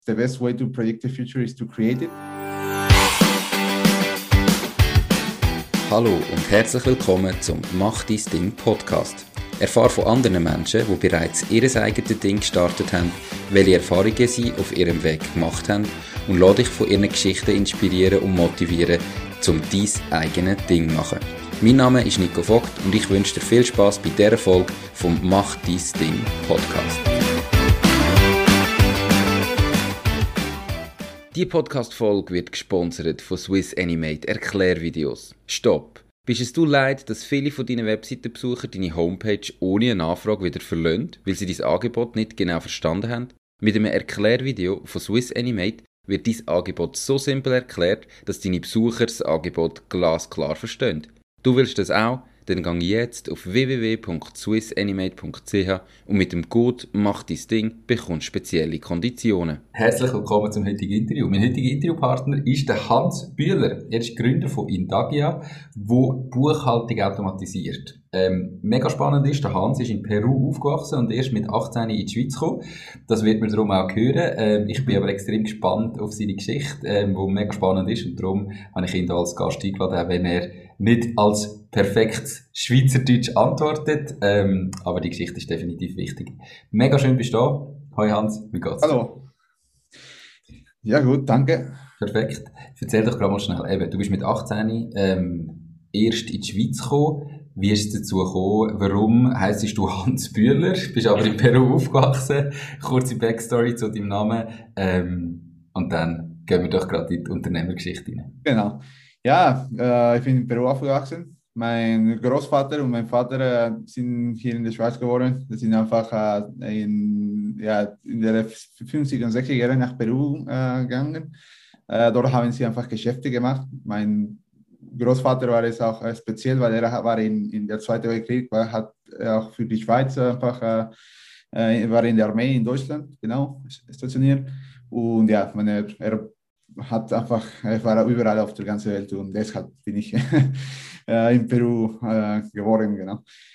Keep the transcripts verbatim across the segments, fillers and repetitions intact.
the best way to predict the future is to create it. Hallo und herzlich willkommen zum Mach dein Ding Podcast. Erfahre von anderen Menschen, die bereits ihr eigenes Ding gestartet haben, welche Erfahrungen sie auf ihrem Weg gemacht haben und lass dich von ihren Geschichten inspirieren und motivieren, um dein eigenes Ding zu machen. Mein Name ist Nico Vogt und ich wünsche dir viel Spass bei dieser Folge vom Mach dein Ding Podcast. Die Podcast-Folge wird gesponsert von Swiss Animate Erklärvideos. Stopp! Bist es du leid, dass viele von deinen Webseitenbesucher deine Homepage ohne eine Anfrage wieder verlassen, weil sie dein Angebot nicht genau verstanden haben? Mit einem Erklärvideo von Swiss Animate wird dein Angebot so simpel erklärt, dass deine Besucher das Angebot glasklar verstehen. Du willst das auch? Dann geh jetzt auf w w w punkt swiss animate punkt c h und mit dem Code «Mach dein Ding» bekommst spezielle Konditionen. Herzlich willkommen zum heutigen Interview. Mein heutiger Interviewpartner ist der Hans Bühler. Er ist Gründer von Indagia, wo Buchhaltung automatisiert. Ähm, mega spannend ist, der Hans ist in Peru aufgewachsen und erst mit achtzehn in die Schweiz gekommen. Das wird man darum auch hören. Ähm, ich bin aber extrem gespannt auf seine Geschichte, ähm, die mega spannend ist und darum habe ich ihn da als Gast eingeladen, auch wenn er nicht als perfektes Schweizerdeutsch antwortet, ähm, aber die Geschichte ist definitiv wichtig. Mega schön bist du da. Hoi Hans, wie geht's? Hallo. Ja gut, danke. Perfekt. Erzähl doch gerade mal schnell, eben, du bist mit achtzehn ähm, erst in die Schweiz gekommen. Wie ist es dazu gekommen? Warum heisst du Hans Bühler? Bist aber in Peru aufgewachsen. Kurze Backstory zu deinem Namen. Ähm, und dann gehen wir doch gerade in die Unternehmergeschichte rein. Genau. Ja, äh, ich bin in Peru aufgewachsen. Mein Großvater und mein Vater äh, sind hier in der Schweiz geboren. Die sind einfach äh, in, ja, in der fünfziger und sechziger Jahren nach Peru äh, gegangen. Äh, dort haben sie einfach Geschäfte gemacht. Mein Großvater war es auch äh, speziell, weil er war in, in der Zweiten Weltkrieg, war, hat auch für die Schweiz einfach, äh, war in der Armee in Deutschland, genau, stationiert. Und ja, meine, er hat einfach, er war überall auf der ganzen Welt und deshalb bin ich äh, in Peru äh, geboren, genau.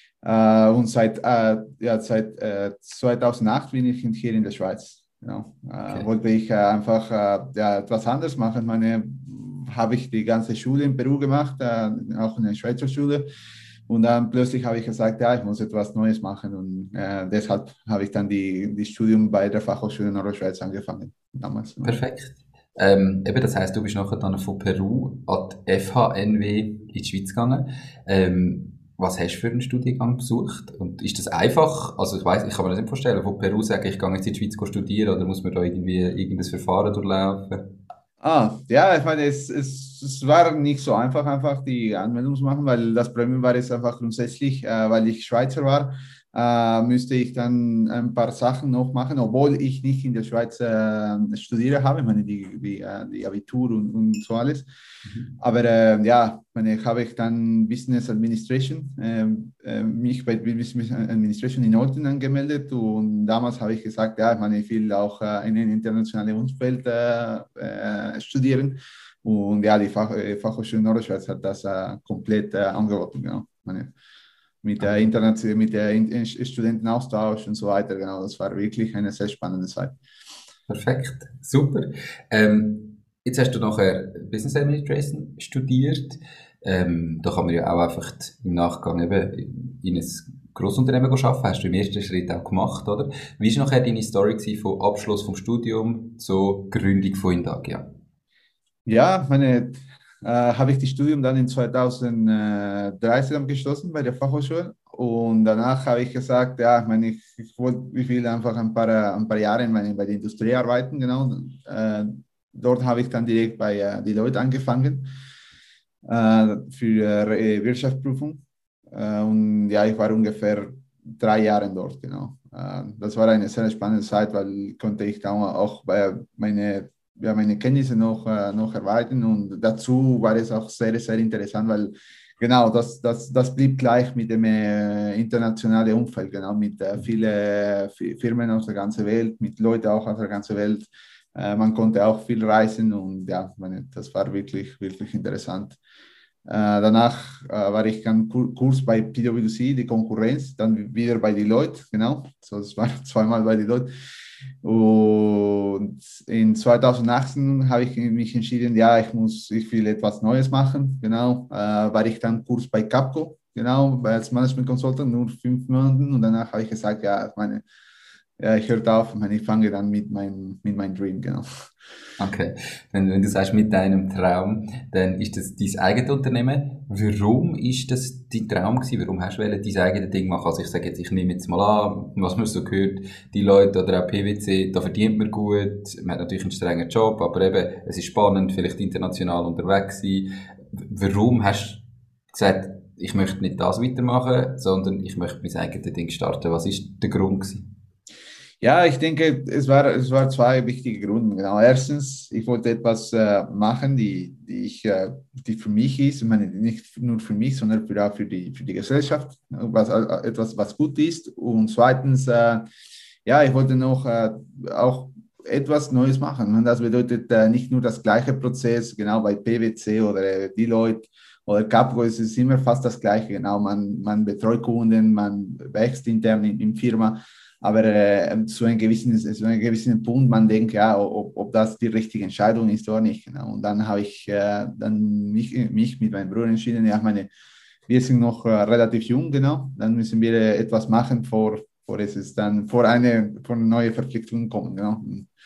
Äh, und seit, äh, ja, seit äh, zweitausendacht bin ich hier in der Schweiz. Genau. Äh, Okay. Wollte ich äh, einfach äh, ja, etwas anderes machen. Meine habe ich die ganze Schule in Peru gemacht, äh, auch in der Schweizer Schule. Und dann plötzlich habe ich gesagt, ja, ich muss etwas Neues machen. Und äh, deshalb habe ich dann die, die Studium bei der Fachhochschule Nordostschweiz angefangen. Damals. Perfekt. Ähm, eben, das heisst, du bist nachher dann von Peru an die F H N W in die Schweiz gegangen. Ähm, was hast du für einen Studiengang besucht? Und ist das einfach? Also ich weiss, ich kann mir das nicht vorstellen, von Peru sagen, ich gehe jetzt in die Schweiz studieren, oder muss man da irgendwie irgendein Verfahren durchlaufen? Ah, ja, ich meine, es, es, es war nicht so einfach, einfach die Anmeldung zu machen, weil das Problem war jetzt einfach grundsätzlich, äh, weil ich Schweizer war, äh, müsste ich dann ein paar Sachen noch machen, obwohl ich nicht in der Schweiz äh, studiert habe, ich meine, die, die, äh, die Abitur und, und so alles. Mhm. Aber äh, ja, meine, habe ich dann Business Administration, äh, äh, mich bei Business Administration in Olten angemeldet und damals habe ich gesagt, ja, ich meine, ich will auch äh, in ein internationales Umfeld äh, äh, studieren und ja, die Fach, äh, Fachhochschule Nordostschweiz hat das äh, komplett äh, angeboten, genau. Meine, mit der Internet, mit der in Studentenaustausch und so weiter, genau, das war wirklich eine sehr spannende Zeit. Perfekt, super. Ähm, jetzt hast du nachher Business Administration studiert. Ähm, da kann man ja auch einfach im Nachgang eben in ein Grossunternehmen arbeiten. Hast du im ersten Schritt auch gemacht, oder? Wie war nachher deine Story gewesen, vom Abschluss vom Studium zur Gründung von Indagia? Ja, meine, äh, habe ich das Studium dann in zweitausenddreizehn abgeschlossen bei der Fachhochschule und danach habe ich gesagt, ja, ich meine, ich, ich, wollte, ich will einfach ein paar, ein paar Jahre meine, bei der Industrie arbeiten, genau. Äh, dort habe ich dann direkt bei äh, Deloitte angefangen äh, für äh, Wirtschaftsprüfung äh, und ja, ich war ungefähr drei Jahre dort, genau. Äh, das war eine sehr spannende Zeit, weil konnte ich dann auch bei meine ja, meine Kenntnisse noch, äh, noch erweitern und dazu war es auch sehr, sehr interessant, weil genau, das, das, das blieb gleich mit dem äh, internationalen Umfeld, genau, mit äh, vielen Firmen aus der ganzen Welt, mit Leuten auch aus der ganzen Welt. Äh, man konnte auch viel reisen und ja, meine, das war wirklich, wirklich interessant. Äh, danach äh, war ich dann Kurs bei PwC, die Konkurrenz, dann wieder bei Deloitte, genau, so, das war zweimal bei Deloitte. Und in zwanzig achtzehn habe ich mich entschieden, ja, ich muss, ich will etwas Neues machen, genau, äh, war ich dann Kurs bei Capco, genau, als Management Consultant, nur fünf Monaten und danach habe ich gesagt, ja, meine, ja, ich höre auf, ich meine, ich fange dann mit meinem mit meinem Dream, genau. Okay, wenn, wenn du sagst mit deinem Traum, dann ist das dein eigenes Unternehmen. Warum ist das dein Traum gewesen? Warum hast du wollen, dein eigenes Ding machen? Also ich sage jetzt, ich nehme jetzt mal an, was man so gehört, die Leute oder auch P W C, da verdient man gut, man hat natürlich einen strengen Job, aber eben, es ist spannend, vielleicht international unterwegs sein. Warum hast du gesagt, ich möchte nicht das weitermachen, sondern ich möchte mein eigenes Ding starten? Was ist der Grund gewesen? Ja, ich denke, es war, es war zwei wichtige Gründe. Genau. Erstens, ich wollte etwas äh, machen, die, die, ich, äh, die für mich ist. Ich meine, nicht nur für mich, sondern für, auch für die, für die Gesellschaft. Was, äh, etwas, was gut ist. Und zweitens, äh, ja, ich wollte noch äh, auch etwas Neues machen. Und das bedeutet äh, nicht nur das gleiche Prozess, genau bei P W C oder äh, Deloitte oder Capco ist es immer fast das Gleiche. Genau, man, man betreut Kunden, man wächst intern in, in Firma. Aber äh, zu einem gewissen, zu einem gewissen Punkt, man denkt, ja, ob, ob das die richtige Entscheidung ist oder nicht. Genau. Und dann habe ich äh, dann mich, mich mit meinem Bruder entschieden, ja, meine, wir sind noch äh, relativ jung, genau, dann müssen wir äh, etwas machen, vor, vor es ist dann, vor eine, vor eine neue Verpflichtung kommen. Genau.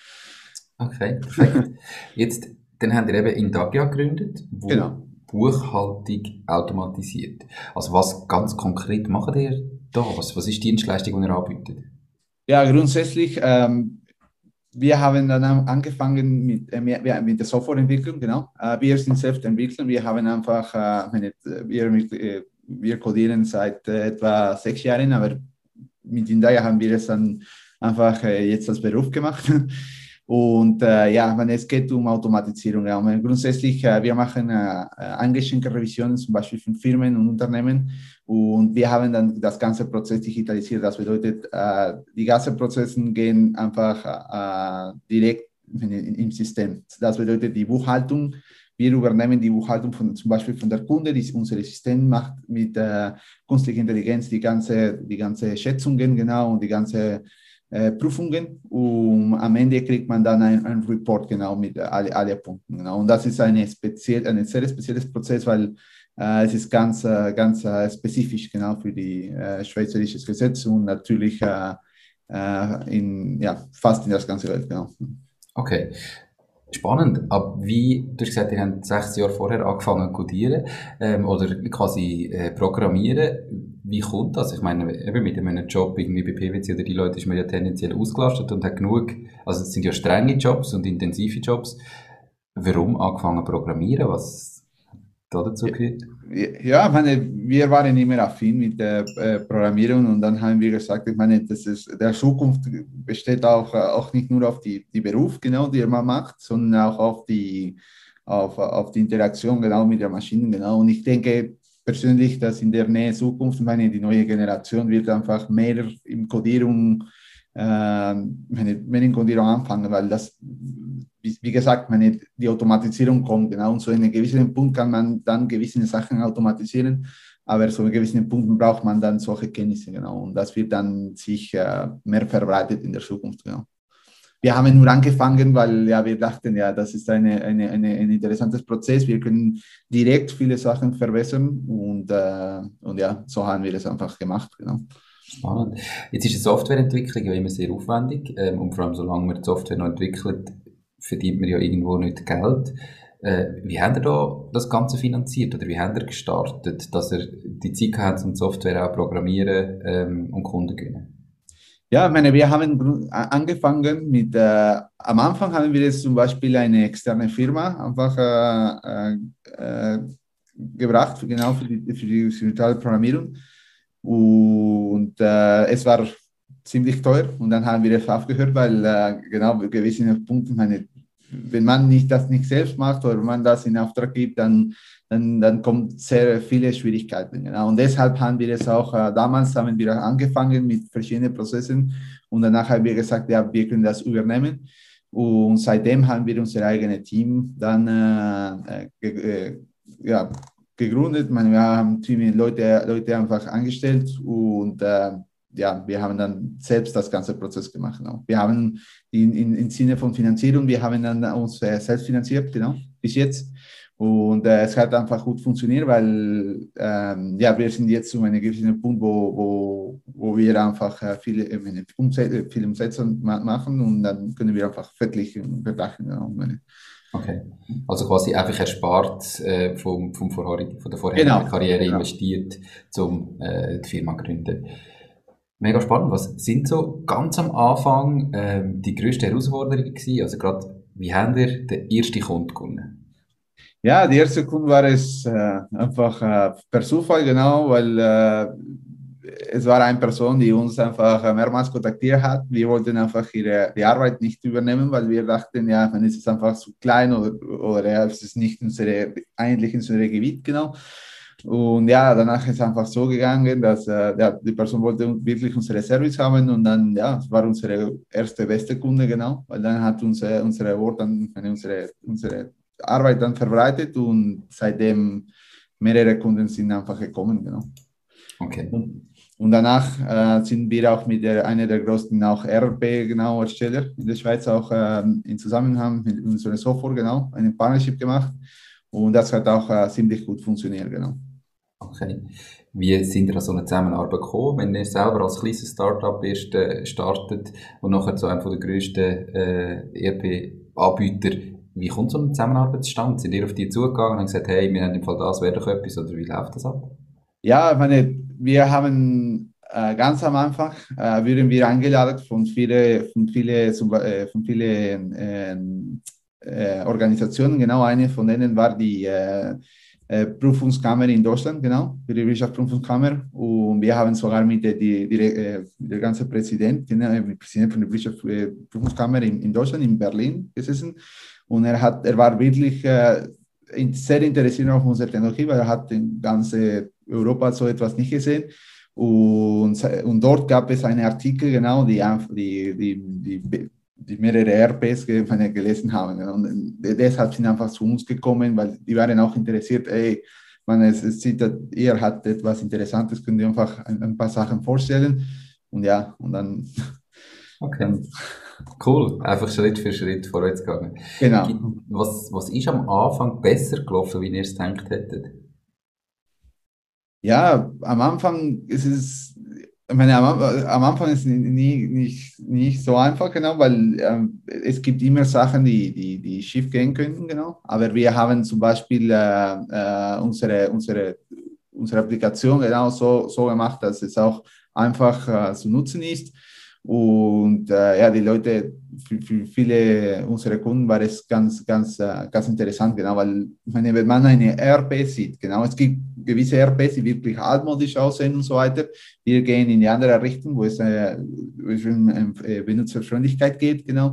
Okay, perfekt. Jetzt, dann habt ihr eben Indagia gegründet, Genau. wo Buchhaltung automatisiert. Also was ganz konkret macht ihr da? Was, was ist die Dienstleistung, die ihr anbietet? Ja, grundsätzlich, ähm, wir haben dann angefangen mit, äh, mit der Softwareentwicklung, genau. Äh, wir sind selbst Entwickler, wir haben einfach, äh, meine, wir, äh, wir codieren seit äh, etwa sechs Jahren, aber mit Indaya haben wir es dann einfach äh, jetzt als Beruf gemacht. Und äh, ja, man, es geht um Automatisierung. Ja. Man, grundsätzlich, äh, wir machen äh, eingeschränkte Revisionen, zum Beispiel von Firmen und Unternehmen. Und wir haben dann das ganze Prozess digitalisiert. Das bedeutet, äh, die ganzen Prozesse gehen einfach äh, direkt in, in, im System. Das bedeutet, die Buchhaltung, wir übernehmen die Buchhaltung von, zum Beispiel von der Kunde, die unser System macht mit äh, künstlicher Intelligenz die ganze, die ganze Schätzungen, genau, und die ganze äh, Prüfungen. Und am Ende kriegt man dann ein, ein Report, genau, mit alle, alle Punkten. Genau. Und das ist eine speziell, ein sehr spezielles Prozess, weil äh, es ist ganz, äh, ganz äh, spezifisch, genau, für die äh, schweizerische Gesetz und natürlich äh, äh, in, ja, fast in das ganze Welt, genau. Okay, spannend. Aber wie, du hast gesagt, ihr habt sechs Jahre vorher angefangen zu codieren, ähm, oder quasi äh, programmieren. Wie kommt das? Ich meine, eben mit einem Job irgendwie bei P W C oder die Leute ist man ja tendenziell ausgelastet und hat genug, also es sind ja strenge Jobs und intensive Jobs. Warum angefangen zu programmieren? Was da dazu gehört? Ja, ich meine, wir waren immer affin mit der äh, Programmierung und dann haben wir gesagt, ich meine, das ist, der Zukunft besteht auch, äh, auch nicht nur auf die, die Beruf, genau, die man macht, sondern auch auf die, auf, auf die Interaktion, genau, mit der Maschine, genau. Und ich denke persönlich, dass in der nähe Zukunft, ich meine, die neue Generation wird einfach mehr in Codierung äh, meine, wenn in Codierung anfangen, weil das, wie, wie gesagt, meine, die Automatisierung kommt, genau, und so in einem gewissen Punkt kann man dann gewisse Sachen automatisieren, aber so in gewissen Punkten braucht man dann solche Kenntnisse, genau, und das wird dann sich äh, mehr verbreitet in der Zukunft, genau. Wir haben nur angefangen, weil ja, wir dachten, ja, das ist eine, eine, eine, ein interessantes Prozess. Wir können direkt viele Sachen verbessern und, äh, und ja, so haben wir es einfach gemacht. Genau. Spannend. Jetzt ist die Softwareentwicklung ja immer sehr aufwendig, ähm, und vor allem solange man die Software noch entwickelt, verdient man ja irgendwo nicht Geld. Äh, wie habt ihr da das Ganze finanziert oder wie habt ihr gestartet, dass ihr die Zeit habt, um die Software auch programmieren ähm, und Kunden gewinnen? Ja, ich meine, wir haben angefangen mit, äh, am Anfang haben wir jetzt zum Beispiel eine externe Firma einfach äh, äh, äh, gebracht, genau für die, für die simultane Programmierung. Und äh, es war ziemlich teuer und dann haben wir es aufgehört, weil äh, genau gewisse Punkte, meine, wenn man nicht, das nicht selbst macht oder wenn man das in Auftrag gibt, dann, dann, dann kommt sehr viele Schwierigkeiten. Genau. Und deshalb haben wir es auch, äh, damals haben wir angefangen mit verschiedenen Prozessen und danach haben wir gesagt, ja, wir können das übernehmen. Und seitdem haben wir unser eigenes Team dann äh, äh, äh, ja, gegründet. Ich meine, wir haben Team Leute, Leute einfach angestellt und äh, ja, wir haben dann selbst das ganze Prozess gemacht. Genau. Wir haben in, in, im Sinne von Finanzierung, wir haben dann uns äh, selbst finanziert, genau, bis jetzt. Und äh, es hat einfach gut funktioniert, weil ähm, ja, wir sind jetzt zu einem gewissen Punkt, wo, wo, wo wir einfach äh, viele, äh, Umsätze, viele Umsätze ma machen und dann können wir einfach vergleichen. vergleichen genau. Okay. Also quasi einfach erspart äh, vom, vom vorherigen, von der vorherigen Genau. Karriere Genau. investiert, um äh, die Firma zu gründen. Mega spannend. Was sind so ganz am Anfang ähm, die grössten Herausforderungen gewesen? Also gerade, wie habt ihr den ersten Kunden gewonnen? Ja, die erste Kunde war es äh, einfach äh, per Zufall, genau, weil äh, es war eine Person, die uns einfach äh, mehrmals kontaktiert hat. Wir wollten einfach ihre, die Arbeit nicht übernehmen, weil wir dachten, ja, man ist es einfach zu klein oder, oder ja, es ist nicht unsere, eigentlich unser Gebiet, genau. Und ja, danach ist es einfach so gegangen, dass äh, ja, die Person wollte wirklich unsere Service haben und dann, ja, es war unsere erste beste Kunde, genau, weil dann hat unsere, unsere Wort, dann, unsere, unsere Arbeit dann verbreitet und seitdem mehrere Kunden sind einfach gekommen, genau. Okay. Und, und danach äh, sind wir auch mit der, einer der größten auch R P genau Hersteller in der Schweiz auch äh, in Zusammenhang mit unserer Software genau eine Partnership gemacht und das hat auch äh, ziemlich gut funktioniert, genau. Okay. Wie sind ihr an so eine Zusammenarbeit gekommen, wenn ihr selber als kleines Startup erst äh, startet und nachher zu einem der grössten äh, E R P-Anbieter? Wie kommt so eine Zusammenarbeit zustande? Sind ihr auf die zugegangen und haben gesagt, hey, wir haben im Fall das, wäre doch etwas, oder wie läuft das ab? Ja, ich meine, wir haben äh, ganz am Anfang äh, würden wir eingeladen von viele, von viele, zum Be- äh, von vielen ähm, äh, Organisationen. Genau, eine von denen war die äh, äh, Prüfungskammer in Deutschland, genau, für die Wirtschaftsprüfungskammer. Und wir haben sogar mit der, die, die, äh, der ganze Präsident, genau, mit Präsident von der Wirtschaftsprüfungskammer in, in Deutschland, in Berlin gesessen. Und er hat, er war wirklich äh, in- sehr interessiert auf unsere Technologie, weil er hat in ganz Europa so etwas nicht gesehen. Und, und dort gab es einen Artikel, genau, die, die, die, die, die mehrere R Ps ge- gelesen haben. Und deshalb sind einfach zu uns gekommen, weil die waren auch interessiert, ey, man, es, es sieht, dass ihr habt etwas Interessantes, könnt ihr einfach ein, ein paar Sachen vorstellen. Und ja, und dann, Okay. dann Cool. Einfach Schritt für Schritt vorwärts gegangen. Gibt- genau. Was, was ist am Anfang besser gelaufen, wie ihr es gedacht hättet? Ja, am Anfang ist es, ich meine, am, am Anfang ist es nie, nicht, nicht so einfach, genau, weil ähm, es gibt immer Sachen, die, die, die schief gehen können, genau. Aber wir haben zum Beispiel äh, äh, unsere, unsere, unsere Applikation genau so, so gemacht, dass es auch einfach äh, zu nutzen ist. Und äh, ja, die Leute, für, für viele unserer Kunden war es ganz, ganz, äh, ganz interessant, genau, weil ich meine, wenn man eine E R P sieht, genau, es gibt gewisse E R Ps, die wirklich altmodisch aussehen und so weiter. Wir gehen in die andere Richtung, wo es, äh, wo es um äh, Benutzerfreundlichkeit geht, genau.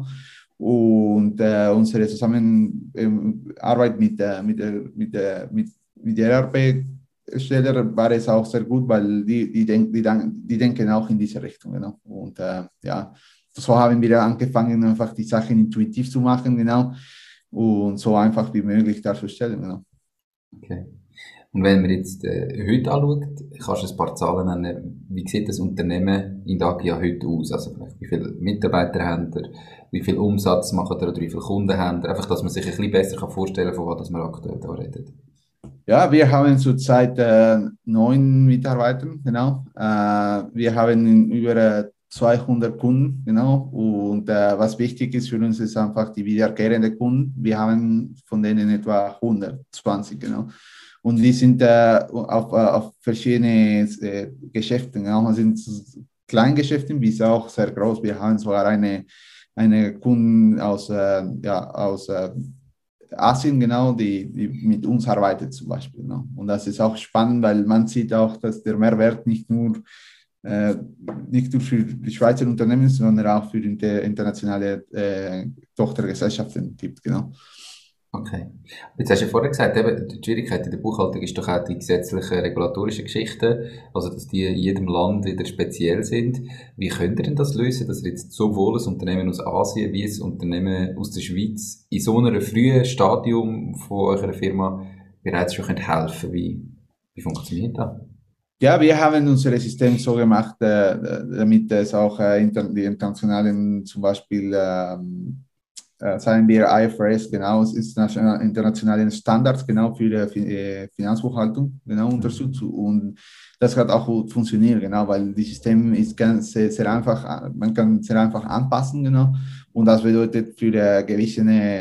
Und äh, unsere Zusammenarbeit mit, äh, mit, der, mit, der, mit, mit der E R P-Steller war es auch sehr gut, weil die, die, denk, die, die denken auch in diese Richtung, genau. Und äh, ja, so haben wir angefangen, einfach die Sachen intuitiv zu machen, genau. Und so einfach wie möglich darzustellen, genau. Okay. Und wenn man jetzt äh, heute anschaut, kannst du ein paar Zahlen nennen. Wie sieht das Unternehmen in Dagia heute aus? Also vielleicht, wie viele Mitarbeiter haben ihr, wie viel Umsatz machen ihr oder wie viele Kunden haben ihr? Einfach, dass man sich ein bisschen besser vorstellen kann, von was wir aktuell da reden. Ja, wir haben zurzeit äh, neun Mitarbeiter, genau. Äh, wir haben über äh, zweihundert Kunden, genau. Und äh, was wichtig ist für uns, ist einfach die wiederkehrenden Kunden. Wir haben von denen etwa hundertzwanzig, genau. Und die sind äh, auf, äh, auf verschiedene äh, Geschäfte, genau. Es sind Kleingeschäfte bis auch sehr groß. Wir haben sogar eine, eine Kunden aus, äh, ja, aus äh, Asien, genau, die, die mit uns arbeitet zum Beispiel. Genau. Und das ist auch spannend, weil man sieht auch, dass der Mehrwert nicht nur, äh, nicht nur für die Schweizer Unternehmen, sondern auch für inter, internationale äh, Tochtergesellschaften gibt. Genau. Okay. Jetzt hast du ja vorher gesagt, eben, die Schwierigkeit in der Buchhaltung ist doch auch die gesetzlichen, regulatorischen Geschichten, also dass die in jedem Land wieder speziell sind. Wie könnt ihr denn das lösen, dass ihr jetzt sowohl ein Unternehmen aus Asien wie ein Unternehmen aus der Schweiz in so einem frühen Stadium von eurer Firma bereits schon helfen könnt? Wie, wie funktioniert das? Ja, wir haben unser System so gemacht, äh, damit es auch äh, inter die internationalen, zum Beispiel, ähm, äh, sagen wir I F R S, genau, es ist national, internationalen Standards, genau, für die Fi- äh, Finanzbuchhaltung, genau, unterstützt. Und das hat auch gut funktioniert, genau, weil das System ist ganz, sehr, sehr einfach, äh, man kann sehr einfach anpassen, genau. Und das bedeutet für äh, gewisse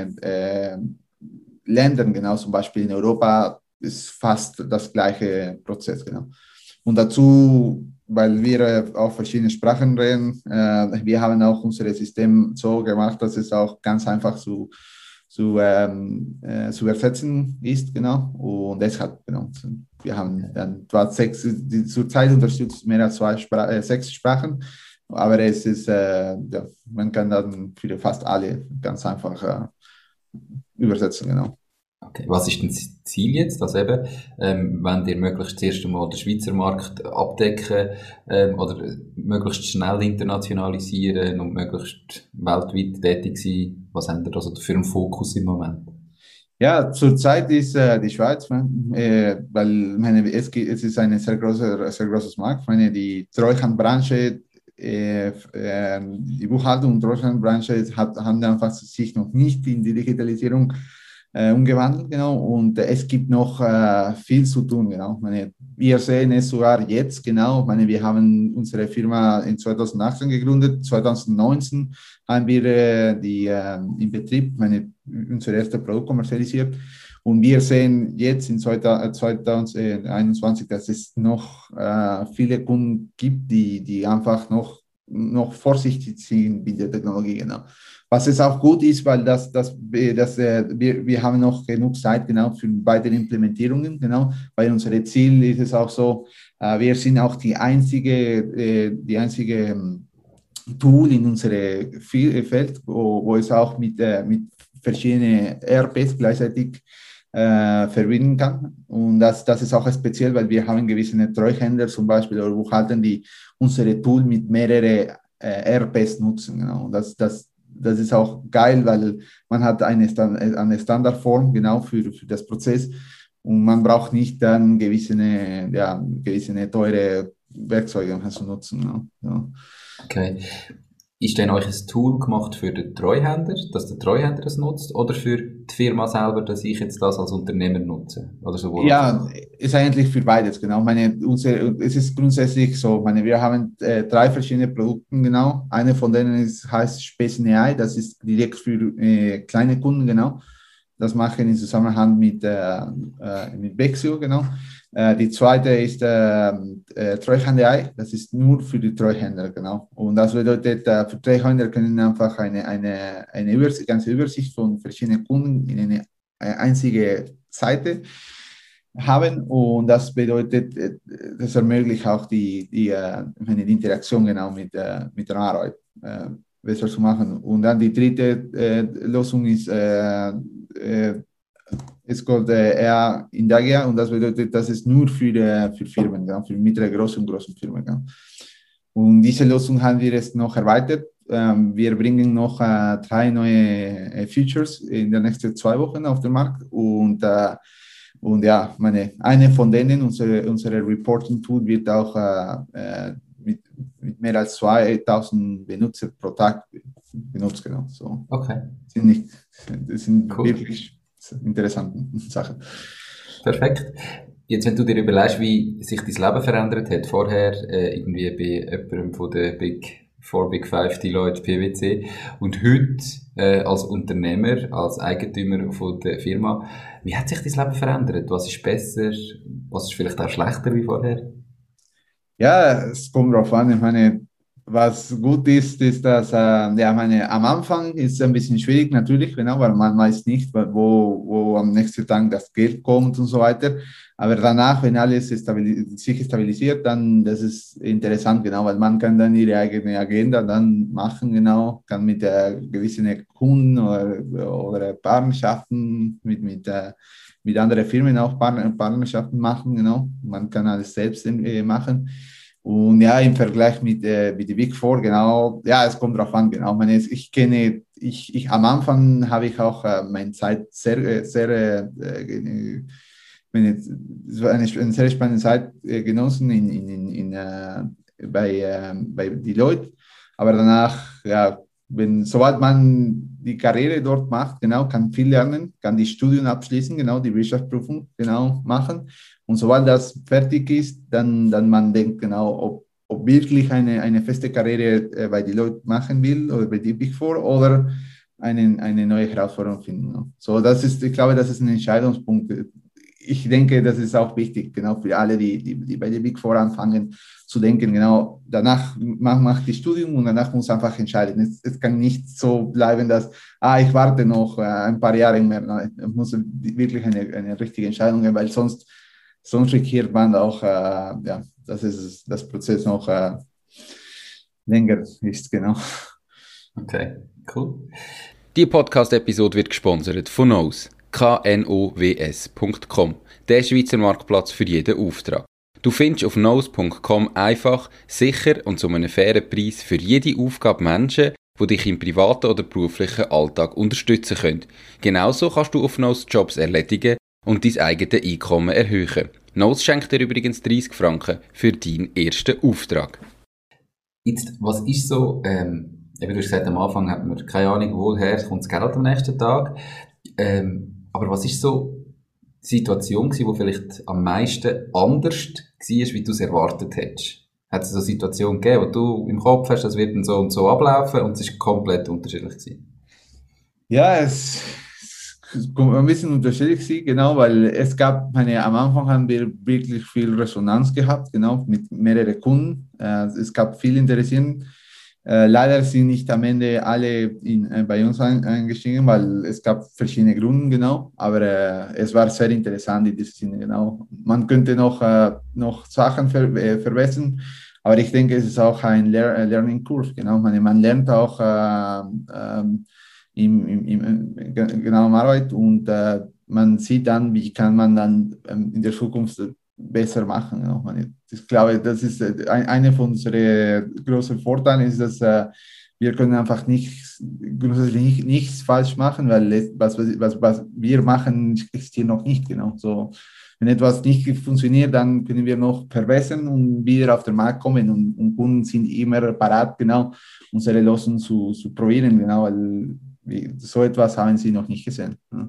äh, Länder, genau, zum Beispiel in Europa, ist fast das gleiche Prozess, genau. Und dazu, weil wir äh, auch verschiedene Sprachen reden, äh, wir haben auch unser System so gemacht, dass es auch ganz einfach zu, zu, ähm, äh, zu übersetzen ist, genau. Und deshalb, genau, wir haben dann zwar sechs, die, zurzeit unterstützt mehr als zwei Spra äh, sechs Sprachen, aber es ist, äh, ja, man kann dann für fast alle ganz einfach äh, übersetzen, genau. Okay. Was ist denn das Ziel jetzt? Also eben, ähm, wenn ihr möglichst das erste Mal den Schweizer Markt abdecken ähm, oder möglichst schnell internationalisieren und möglichst weltweit tätig sein, was habt ihr da so für einen Fokus im Moment? Ja, zurzeit ist äh, die Schweiz, ne, äh, weil meine, es, gibt- es ist ein sehr großer, sehr großes Markt. Ich meine, die Treuhandbranche, äh, äh, die Buchhaltung und Treuhandbranche hat, haben einfach sich noch nicht in die Digitalisierung äh, umgewandelt, genau. Und äh, es gibt noch äh, viel zu tun, genau. Ich meine, wir sehen es sogar jetzt, genau. Ich meine, wir haben unsere Firma in zweitausendachtzehn gegründet, zweitausendneunzehn haben wir äh, die äh, in Betrieb, meine, unser erstes Produkt kommerzialisiert. Und wir sehen jetzt in zweitausendeinundzwanzig, dass es noch äh, viele Kunden gibt, die, die einfach noch, noch vorsichtig sind mit der Technologie. Genau. Was es auch gut ist, weil das, das, das, äh, wir, wir haben noch genug Zeit genau für weitere Implementierungen, genau, weil unser Ziel ist es auch so, äh, wir sind auch die einzige, äh, die einzige ähm, Tool in unserem Feld, wo, wo es auch mit, äh, mit verschiedenen E R Ps gleichzeitig äh, verbinden kann. Und das, das ist auch speziell, weil wir haben gewisse Treuhänder zum Beispiel oder Buchhalter, die unsere Tool mit mehreren äh, E R Ps nutzen. Genau. Und das, das, das ist auch geil, weil man hat eine, Stand, eine Standardform genau für, für das Prozess und man braucht nicht dann gewisse, ja, gewisse teure Werkzeuge zu nutzen. Genau. Ja. Okay. Ist denn euch ein Tool gemacht für den Treuhänder, dass der Treuhänder es nutzt, oder für die Firma selber, dass ich jetzt das als Unternehmer nutze? Oder sowohl als Ja, auch? ist eigentlich für beides, genau. Meine, unsere, es ist grundsätzlich so, meine, wir haben äh, drei verschiedene Produkte, genau. Eine von denen ist, heißt Spesen A I, das ist direkt für äh, kleine Kunden, genau. Das machen in Zusammenhang mit, äh, äh, mit Bexio, genau. Äh, die zweite ist äh, äh, Treuhand A I, das ist nur für die Treuhänder, genau. Und das bedeutet, äh, für Treuhänder können einfach eine, eine, eine Übersicht, ganze Übersicht von verschiedenen Kunden in eine äh, einzige Seite haben und das bedeutet, äh, das ermöglicht auch die, die, äh, meine, die Interaktion genau mit, äh, mit der Arbeit äh, besser zu machen. Und dann die dritte äh, Lösung ist, äh, äh, es kommt äh, eher Indagia und das bedeutet, das ist nur für, äh, für Firmen, ja, für mittlere, große und große Firmen. Ja. Und diese Lösung haben wir jetzt noch erweitert. Ähm, wir bringen noch äh, drei neue äh, Features in den nächsten zwei Wochen auf den Markt und äh, und ja, meine, eine von denen, unsere, unsere Reporting-Tool, wird auch äh, äh, mit, mit mehr als zweitausend Benutzer pro Tag benutzt. Genau. So, Okay, sind nicht, das sind cool. wirklich interessante Sachen. Perfekt. Jetzt, wenn du dir überlegst, wie sich dein Leben verändert hat, vorher äh, irgendwie bei jemandem von den Big Four, Big Five, Deloitte, PwC und heute äh, als Unternehmer, als Eigentümer von der Firma, wie hat sich dein Leben verändert? Was ist besser? Was ist vielleicht auch schlechter wie vorher? Ja, es kommt drauf an. Ich meine, was gut ist, ist, dass äh, ja, meine, am Anfang ist es ein bisschen schwierig natürlich, genau, weil man weiß nicht, wo, wo am nächsten Tag das Geld kommt und so weiter. Aber danach, wenn alles stabilis sich stabilisiert, dann das ist interessant, genau, weil man kann dann ihre eigene Agenda dann machen, genau, kann mit äh, gewissen Kunden oder, oder Partnerschaften mit, mit äh, mit anderen Firmen auch Partner, Partnerschaften machen, genau. Man kann alles selbst äh, machen. Und ja, im Vergleich mit, äh, mit den Big Four, genau, ja, es kommt drauf an, genau. Ich, meine, ich kenne, ich, ich am Anfang habe ich auch äh, meine Zeit sehr, äh, sehr, äh, bin jetzt, es war eine, eine sehr spannende Zeit äh, genossen in, in, in, in, äh, bei, äh, bei Deloitte. Aber danach, ja, wenn, sobald man die Karriere dort macht, genau, kann viel lernen, kann die Studien abschließen, genau, die Wirtschaftsprüfung genau machen. Und sobald das fertig ist, dann, dann man denkt, genau, ob, ob wirklich eine, eine feste Karriere äh, bei Deloitte machen will oder bei die Big Four oder eine, eine neue Herausforderung finden. Ne? So, das ist, ich glaube, das ist ein Entscheidungspunkt. Ich denke, das ist auch wichtig, genau für alle, die, die, die bei der Big Four anfangen, zu denken, genau, danach macht mach die Studium und danach muss einfach entscheiden. Es, es kann nicht so bleiben, dass, ah, ich warte noch äh, ein paar Jahre mehr. Nein, es muss wirklich eine, eine richtige Entscheidung geben, weil sonst, sonst riskiert man auch, äh, ja, dass es, das Prozess noch äh, länger ist, genau. Okay, cool. Die Podcast-Episode wird gesponsert von Knows, k n o w s punkt com, der Schweizer Marktplatz für jeden Auftrag. Du findest auf knows punkt com einfach, sicher und zu einem fairen Preis für jede Aufgabe Menschen, die dich im privaten oder beruflichen Alltag unterstützen können. Genauso kannst du auf Knows Jobs erledigen und dein eigenes Einkommen erhöhen. Knows schenkt dir übrigens dreißig Franken für deinen ersten Auftrag. Jetzt, was ist so, ähm, eben du hast gesagt, am Anfang hat man keine Ahnung, woher kommt das Geld am nächsten Tag. Ähm, aber was ist so die Situation gewesen, die vielleicht am meisten anders war, wie du es erwartet hättest? Hat es so eine Situation gegeben, wo du im Kopf hast, das wird dann so und so ablaufen und es ist komplett unterschiedlich gewesen? Ja, es ist ein bisschen unterschiedlich, genau, weil es gab, meine, am Anfang haben wir wirklich viel Resonanz gehabt, genau, mit mehreren Kunden. Äh, es gab viel Interessieren. Äh, leider sind nicht am Ende alle in, äh, bei uns ein, eingestiegen, weil es gab verschiedene Gründe, genau. Aber äh, es war sehr interessant in diesem Sinne, genau. Man könnte noch, äh, noch Sachen ver äh, verbessern, aber ich denke, es ist auch ein Lear Learning Curve, genau. Man, man lernt auch äh, ähm, im, im, im, genau, Arbeit und äh, man sieht dann, wie kann man dann ähm, in der Zukunft besser machen. Genau. Ich glaube, das ist äh, ein, eine von unseren großen Vorteilen, ist, dass äh, wir können einfach nichts, grundsätzlich nicht, nichts falsch machen, weil was, was, was wir machen, existiert noch nicht. Genau. So, wenn etwas nicht funktioniert, dann können wir noch verbessern und wieder auf den Markt kommen und, und Kunden sind immer parat, genau, unsere Lösungen zu, zu probieren, genau, weil so etwas haben sie noch nicht gesehen. Ja.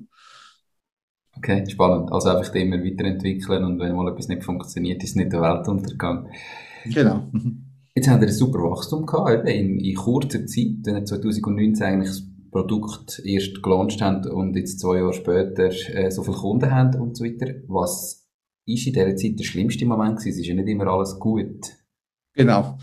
Okay, spannend. Also einfach immer weiterentwickeln und wenn mal etwas nicht funktioniert, ist es nicht der Weltuntergang. Genau. Jetzt haben wir ein super Wachstum gehabt, eben in, in kurzer Zeit, wenn ihr zwanzig neunzehn eigentlich das Produkt erst gelauncht habt und jetzt zwei Jahre später äh, so viele Kunden habt und so weiter. Was ist in dieser Zeit der schlimmste Moment gewesen? Es ist ja nicht immer alles gut. Genau.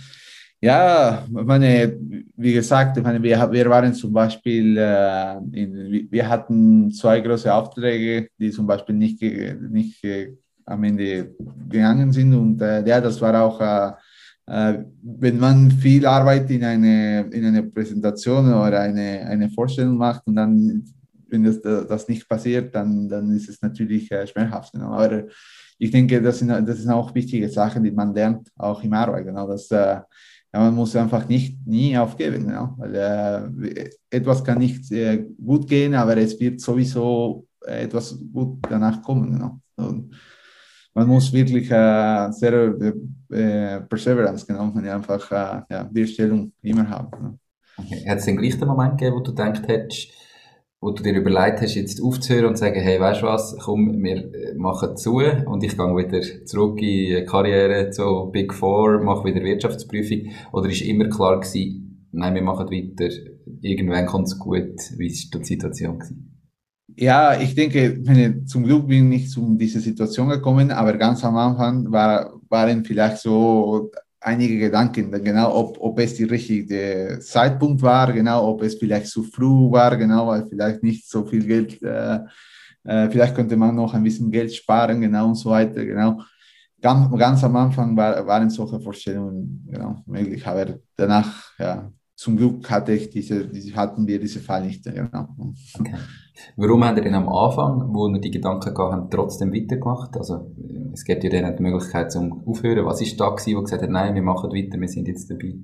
Ja, meine, wie gesagt, meine, wir, wir waren zum Beispiel, äh, in, wir hatten zwei große Aufträge, die zum Beispiel nicht, nicht äh, am Ende gegangen sind. Und äh, ja, das war auch, äh, äh, wenn man viel Arbeit in eine, in eine Präsentation oder eine, eine Vorstellung macht und dann, wenn das, das nicht passiert, dann, dann ist es natürlich äh, schmerzhaft. Genau. Aber ich denke, das sind, das sind auch wichtige Sachen, die man lernt, auch im Arbeit. Genau, dass, äh, ja, man muss einfach nicht nie aufgeben, genau, weil äh, etwas kann nicht äh, gut gehen, aber es wird sowieso äh, etwas gut danach kommen. Genau. Und man muss wirklich äh, sehr äh, Perseverance, genau, man einfach äh, ja, die Stellung immer haben. Genau. Okay. Hat es den gleichen Moment gegeben, wo du gedacht hättest, wo du dir überlegt hast, jetzt aufzuhören und zu sagen, hey, weißt du was, komm, wir machen zu und ich gehe wieder zurück in die Karriere zu Big Four, mache wieder Wirtschaftsprüfung? Oder ist immer klar gewesen, nein, wir machen weiter, irgendwann kommt es gut? Wie war die Situation gewesen? Ja, ich denke, meine, zum Glück bin ich zu dieser Situation gekommen, aber ganz am Anfang war, waren vielleicht so einige Gedanken, genau, ob, ob es der richtige Zeitpunkt war, genau, ob es vielleicht zu früh war, genau, weil vielleicht nicht so viel Geld, äh, äh, vielleicht könnte man noch ein bisschen Geld sparen, genau, und so weiter, genau. Ganz, ganz am Anfang war, waren solche Vorstellungen, genau, möglich, aber danach, ja, zum Glück hatte ich diese, diese, hatten wir diesen Fall nicht, genau. Okay. Warum habt ihr denn am Anfang, wo ihr die Gedanken gehabt habt, trotzdem weitergemacht? Also, es gibt ja dann die Möglichkeit zum Aufhören. Was ist da gewesen, wo gesagt hat, nein, wir machen weiter, wir sind jetzt dabei?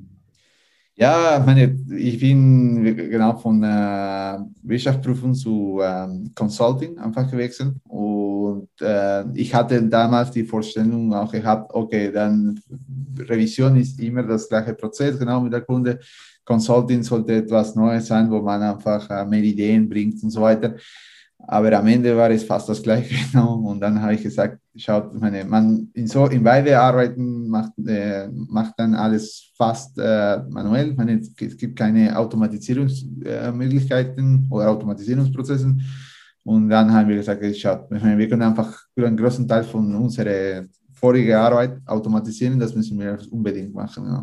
Ja, meine, ich bin genau von äh, Wirtschaftsprüfung zu ähm, Consulting einfach gewechselt und und äh, ich hatte damals die Vorstellung auch gehabt, okay, dann Revision ist immer das gleiche Prozess, genau mit der Kunde. Consulting sollte etwas Neues sein, wo man einfach äh, mehr Ideen bringt und so weiter. Aber am Ende war es fast das Gleiche. Genau. Und dann habe ich gesagt, schaut, meine, man in, so, in beide Arbeiten macht, äh, macht dann alles fast äh, manuell. Meine, es gibt keine Automatisierungsmöglichkeiten äh, oder Automatisierungsprozesse. Und dann haben wir gesagt, schaut, wir können einfach einen großen Teil von unserer vorigen Arbeit automatisieren. Das müssen wir unbedingt machen. Ja.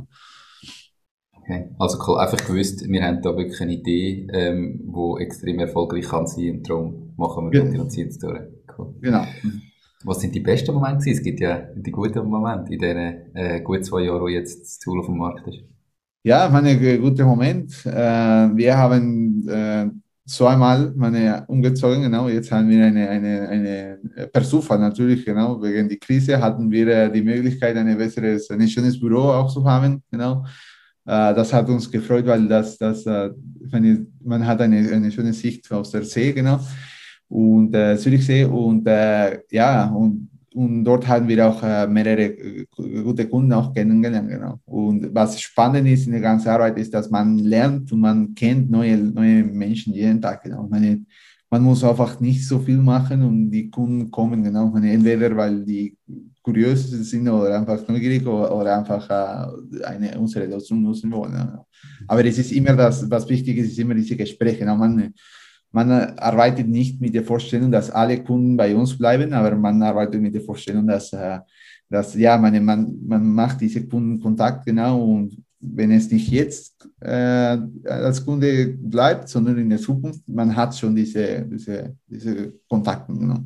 Okay. Also cool, einfach gewusst, wir haben da wirklich eine Idee, ähm, die extrem erfolgreich kann sein und darum machen wir Genau. und ziehen es durch. Cool. Genau. Was sind die besten Momente gewesen? Es gibt ja die guten Momente in diesen äh, gut zwei Jahren, wo jetzt das Tool auf dem Markt ist. Ja, meine gute Moment. Äh, wir haben äh, zweimal meine umgezogen, genau. Jetzt haben wir eine, eine, eine per Zufall natürlich, genau, wegen der Krise hatten wir äh, die Möglichkeit, ein besseres, ein schönes Büro auch zu haben, genau. Äh, das hat uns gefreut, weil das, das, äh, wenn, man hat eine, eine schöne Sicht aus der See, genau, und äh, Zürichsee und äh, ja, und und dort haben wir auch äh, mehrere äh, gute Kunden auch kennengelernt. Genau. Und was spannend ist in der ganzen Arbeit, ist, dass man lernt und man kennt neue, neue Menschen jeden Tag. Genau. Meine, man muss einfach nicht so viel machen und die Kunden kommen. Genau. Meine, entweder weil die kurios sind oder einfach neugierig oder, oder einfach äh, eine, unsere Lösung nutzen wollen. Ja. Aber es ist immer das, was wichtig ist, ist immer diese Gespräche. Genau. Man, Man arbeitet nicht mit der Vorstellung, dass alle Kunden bei uns bleiben, aber man arbeitet mit der Vorstellung, dass, äh, dass ja, meine, man, man macht diese Kundenkontakt genau und wenn es nicht jetzt äh, als Kunde bleibt, sondern in der Zukunft, man hat schon diese, diese, diese Kontakte. Genau.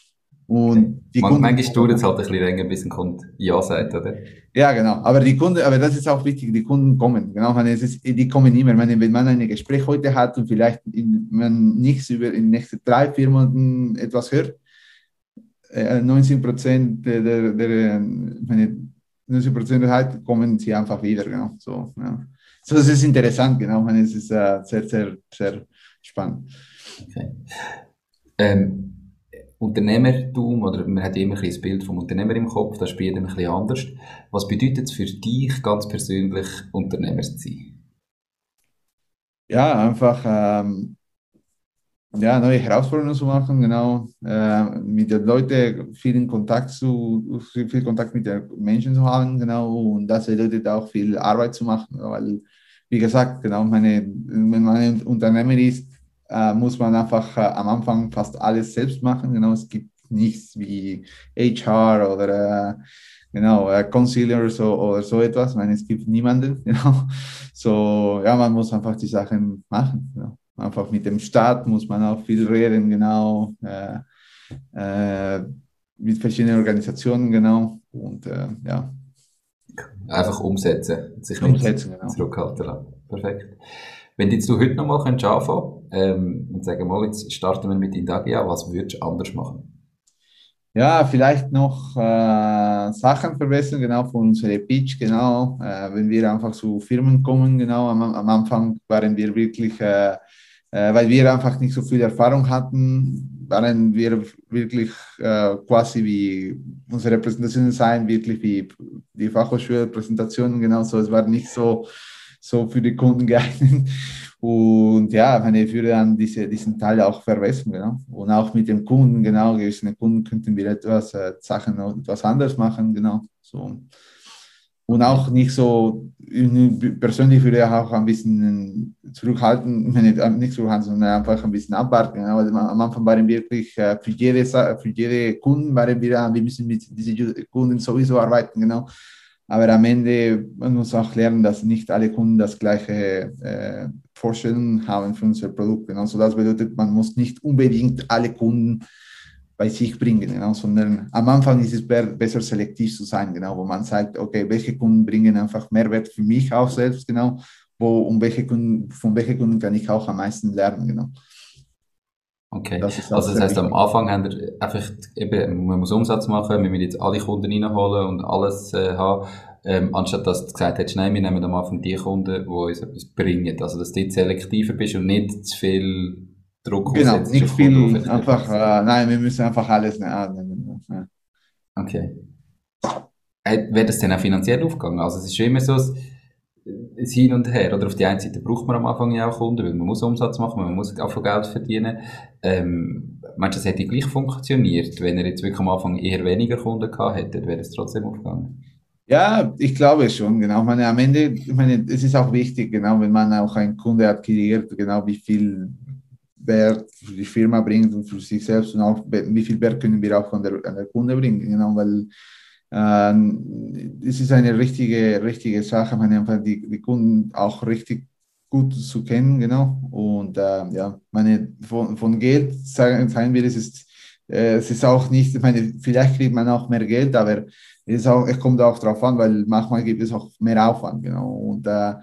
Und die Man, Kunden. manchmal dauert es halt ein bisschen länger, bis ein Kunde Ja sagt, oder? Ja, genau. Aber die Kunden, aber das ist auch wichtig, die Kunden kommen. Genau, meine, es ist, die kommen immer. Meine, wenn man ein Gespräch heute hat und vielleicht in, man nichts über in den nächsten drei, vier Monaten etwas hört, äh, neunzig Prozent der, der, der meine, neunzig Prozent der Zeit kommen sie einfach wieder. Genau. So, ja. So, das ist interessant, genau. Meine, es ist äh, sehr, sehr, sehr spannend. Okay. Ähm, Unternehmertum, oder man hat immer ein bisschen das Bild vom Unternehmer im Kopf, das spielt ein bisschen anders. Was bedeutet es für dich ganz persönlich, Unternehmer zu sein? Ja, einfach ähm, ja, neue Herausforderungen zu machen, genau, äh, mit den Leuten viel in Kontakt zu, viel Kontakt mit den Menschen zu haben, genau, und das bedeutet auch viel Arbeit zu machen, weil, wie gesagt, genau, meine, wenn man ein Unternehmer ist, äh, muss man einfach äh, am Anfang fast alles selbst machen, genau, es gibt nichts wie H R oder äh, genau, äh, Concealer so, oder so etwas, ich meine, es gibt niemanden, genau, so, ja, man muss einfach die Sachen machen, genau. Einfach mit dem Staat muss man auch viel reden, genau, äh, äh, mit verschiedenen Organisationen, genau, und äh, ja. Einfach umsetzen, sich nicht Umsetzen, genau. zurückhalten lassen. Perfekt. Wenn jetzt du heute nochmal anfangen könntest ähm, und sagen, mal, jetzt starten wir mit Indagia, was würdest du anders machen? Ja, vielleicht noch äh, Sachen verbessern, genau, von unserer Pitch, genau, äh, wenn wir einfach zu Firmen kommen, genau, am, am Anfang waren wir wirklich, äh, äh, weil wir einfach nicht so viel Erfahrung hatten, waren wir wirklich äh, quasi wie unsere Präsentationen sein, wirklich wie die Fachhochschulpräsentationen, genau, so, es war nicht so, so für die Kunden geeignet. Und ja, meine, ich würde dann diese, diesen Teil auch verbessern, genau. Und auch mit dem Kunden, genau, gewisse Kunden könnten wir etwas, äh, Sachen noch etwas anders machen, genau. So. Und auch nicht so, persönlich würde ich auch ein bisschen zurückhalten, meine, nicht zurückhalten, sondern einfach ein bisschen abwarten. Genau. Also am Anfang waren wir wirklich, äh, für jede, für jede Kunden waren wir, wir müssen mit diesen Kunden sowieso arbeiten, genau. Aber am Ende, man muss auch lernen, dass nicht alle Kunden das gleiche äh, Vorstellungen haben für unser Produkt. Genau. Also das bedeutet, man muss nicht unbedingt alle Kunden bei sich bringen, genau, sondern am Anfang ist es be besser selektiv zu sein, genau, wo man sagt, okay, welche Kunden bringen einfach Mehrwert für mich auch selbst, genau, wo, um welche Kunden, von welchen Kunden kann ich auch am meisten lernen, genau. Okay, Das ist auch also das sehr heisst, am wichtig. Anfang haben wir einfach eben, man muss Umsatz machen, wir müssen jetzt alle Kunden reinholen und alles äh, haben, ähm, anstatt dass du gesagt hättest, nein, wir nehmen am Anfang die Kunden, die uns etwas bringen. Also dass du dort selektiver bist und nicht zu viel Druck Genau, aussetzt nicht auf Kunden, die viel, vielleicht einfach, etwas. äh, nein, wir müssen einfach alles nehmen. Ja. Okay. Äh, Wäre das dann auch finanziell aufgegangen? Also es ist schon immer so ein, ein Hin und Her, oder? Auf die einen Seite braucht man am Anfang ja auch Kunden, weil man muss Umsatz machen, man muss auch viel Geld verdienen. Ähm, meinst du, das hätte gleich funktioniert, wenn er jetzt wirklich am Anfang eher weniger Kunden gehabt hätte, wäre es trotzdem aufgegangen? Ja, ich glaube schon, genau. Ich meine, am Ende, ich meine, es ist auch wichtig, genau, wenn man auch einen Kunde akquiriert, genau wie viel Wert für die Firma bringt und für sich selbst und auch wie viel Wert können wir auch von der, an der Kunde bringen, genau, weil ähm, es ist eine richtige, richtige Sache, meine, einfach die, die Kunden auch richtig gut zu kennen, genau. Und äh, ja, meine, von, von Geld sagen, sagen wir, es ist, äh, es ist auch nicht, ich meine, vielleicht kriegt man auch mehr Geld, aber es, ist auch, es kommt auch darauf an, weil manchmal gibt es auch mehr Aufwand, genau. Und äh,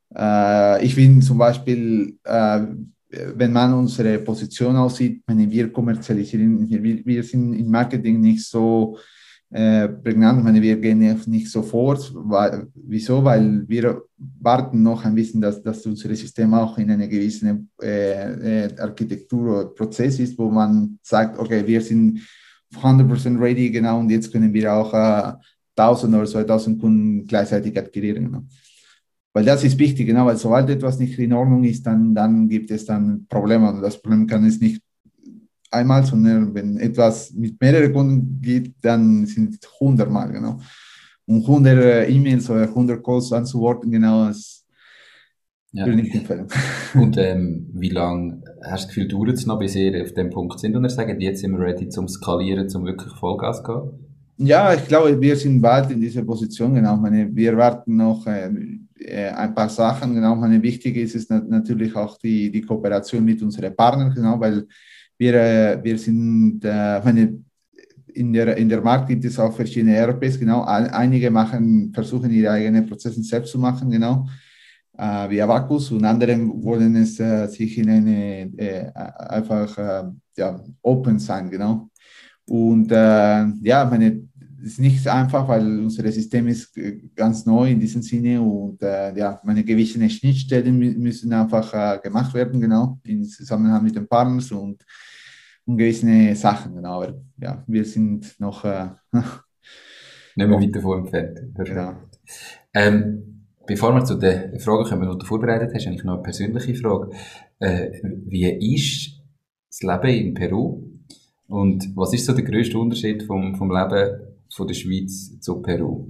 äh, ich finde zum Beispiel, äh, wenn man unsere Position aussieht, meine, wir kommerzialisieren, wir, wir sind im Marketing nicht so äh, prägnant. Ich meine, wir gehen nicht sofort. Weil, wieso? Weil wir warten noch ein bisschen, dass, dass unser System auch in einer gewissen äh, äh, Architektur oder Prozess ist, wo man sagt, okay, wir sind hundert Prozent ready, genau, und jetzt können wir auch äh, tausend oder zweitausend Kunden gleichzeitig akquirieren. Genau. Weil das ist wichtig, genau, weil sobald etwas nicht in Ordnung ist, dann, dann gibt es dann Probleme. Und das Problem kann es nicht einmal, sondern wenn etwas mit mehreren Kunden geht, dann sind es hundert Mal, genau. Und hundert E-Mails oder hundert Calls anzuworten, genau, das Ja. würde ich nicht empfehlen. Und ähm, wie lange hast du das Gefühl, dauert es noch, bis ihr auf dem Punkt sind und ihr sagt, jetzt sind wir ready zum Skalieren, zum wirklich Vollgas zu gehen? Ja, ich glaube, wir sind bald in dieser Position, genau. Meine, wir warten noch äh, äh, ein paar Sachen, genau. Meine, wichtig ist es nat natürlich auch die, die Kooperation mit unseren Partnern, genau, weil wir, äh, wir sind, äh, meine, in der, in der Markt gibt es auch verschiedene E R Ps, genau. Einige machen, versuchen ihre eigenen Prozesse selbst zu machen, genau, äh, wie Abacus, und andere wollen es äh, sich in eine, äh, einfach, äh, ja, open sein, genau. Und äh, ja, meine, es ist nicht einfach, weil unser System ist äh, ganz neu in diesem Sinne, und äh, ja, meine gewisse Schnittstellen mü- müssen einfach äh, gemacht werden, genau, in Zusammenhang mit den Partners und, und gewisse Sachen, genau. Aber ja, wir sind noch, äh, Nicht mehr noch, weit davon entfernt. Perfekt. genau. Ähm, bevor wir zu den Fragen kommen, die du vorbereitet hast, habe ich noch eine persönliche Frage. Äh, wie ist das Leben in Peru? Und was ist so der grösste Unterschied vom, vom Leben von der Schweiz zu Peru?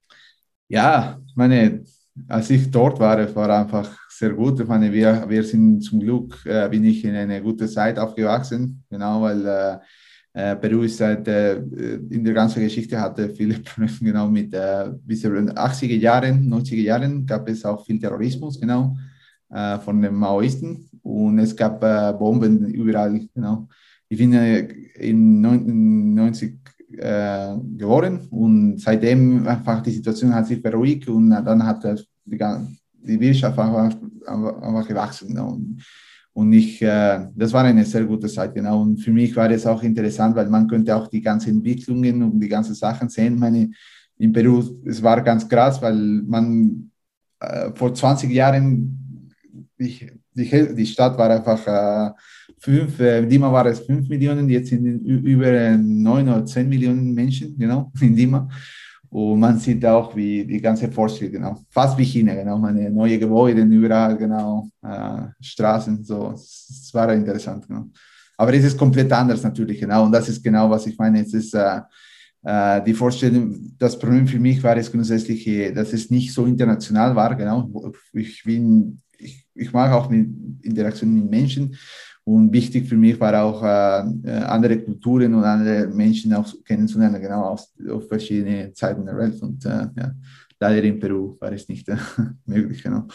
Ja, ich meine, als ich dort war, es war einfach sehr gut. Ich meine, wir, wir sind zum Glück, äh, bin ich in eine gute Zeit aufgewachsen, genau, weil äh, äh, Peru ist seit, äh, in der ganzen Geschichte hatte viele Probleme, genau, mit, äh, bis in den achtziger Jahren, neunziger Jahren gab es auch viel Terrorismus, genau, äh, von den Maoisten, und es gab äh, Bomben überall, genau. Ich bin äh, in neunzig äh, geworden, und seitdem einfach die Situation hat sich beruhigt, und dann hat das, die, die Wirtschaft einfach, einfach, einfach gewachsen. Genau. Und, und ich, äh, das war eine sehr gute Zeit, genau. Und für mich war es auch interessant, weil man könnte auch die ganzen Entwicklungen und die ganzen Sachen sehen. Meine, in Peru, es war ganz krass, weil man äh, vor zwanzig Jahren, die, die, die Stadt war einfach äh, fünf, äh, Lima war es fünf Millionen, jetzt sind über neun oder zehn Millionen Menschen, genau, in Lima. Und man sieht auch, wie die ganze Fortschritt, genau, fast wie China, genau, meine neue Gebäude überall, genau, äh, Straßen, so, es war interessant, genau. Aber es ist komplett anders natürlich, genau, und das ist genau, was ich meine, es ist äh, äh, die Vorstellung, das Problem für mich war es grundsätzlich, äh, dass es nicht so international war, genau, ich bin, ich, ich mag auch mit Interaktionen mit Menschen, und wichtig für mich war auch, äh, andere Kulturen und andere Menschen auch kennenzulernen, genau aus, auf verschiedene Zeiten der Welt. Und äh, ja, leider in Peru war es nicht äh, möglich, genau.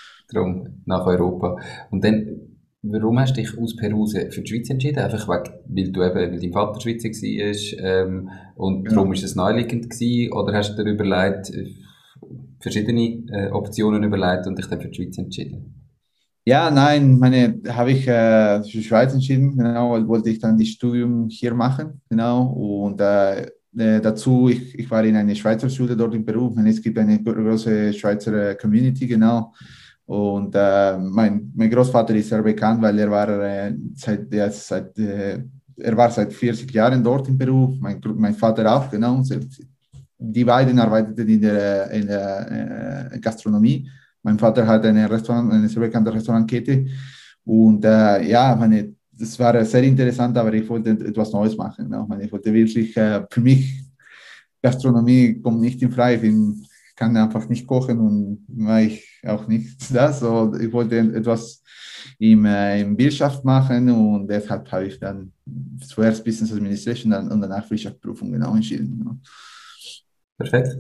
Darum nach Europa. Und dann, warum hast du dich aus Peru raus für die Schweiz entschieden? Einfach weg, weil du eben, weil dein Vater Schweizer war, ähm, und darum Genau. ist es naheliegend gewesen? Oder hast du dir überlegt, äh, verschiedene äh, Optionen überlegt und dich dann für die Schweiz entschieden? Ja, nein, meine, habe ich äh, für die Schweiz entschieden, genau, weil wollte ich dann das Studium hier machen, genau, und äh, äh, dazu, ich, ich war in einer Schweizer Schule dort in Peru, und es gibt eine große Schweizer Community, genau, Und äh, mein, mein Großvater ist sehr bekannt, weil er war äh, seit, er, ist seit, äh, er war seit vierzig Jahren dort in Peru, mein, mein Vater auch, genau. Die beiden arbeiteten in der, in der äh, Gastronomie. Mein Vater hat eine, Restaurant, eine sehr bekannte Restaurantkette. Und äh, ja, meine, das war sehr interessant, aber ich wollte etwas Neues machen. Ne? Ich wollte wirklich, äh, für mich, Gastronomie kommt nicht in Frage. Ich bin, kann einfach nicht kochen und mache ich auch nicht das. So, ich wollte etwas im, äh, in Wirtschaft machen und deshalb habe ich dann zuerst Business Administration dann, und danach Wirtschaftsprüfung genau entschieden. Ja. Perfekt.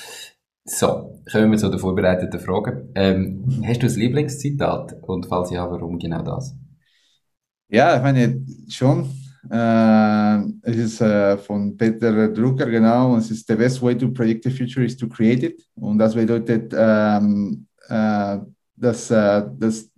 So, kommen wir zu den vorbereiteten Fragen. Ähm, hast du ein Lieblingszitat? Und falls ja, warum genau das? Ja, ich meine, schon. Äh, es ist äh, von Peter Drucker, genau. Es ist: The best way to predict the future is to create it. Und das bedeutet, ähm, äh, dass, äh, dass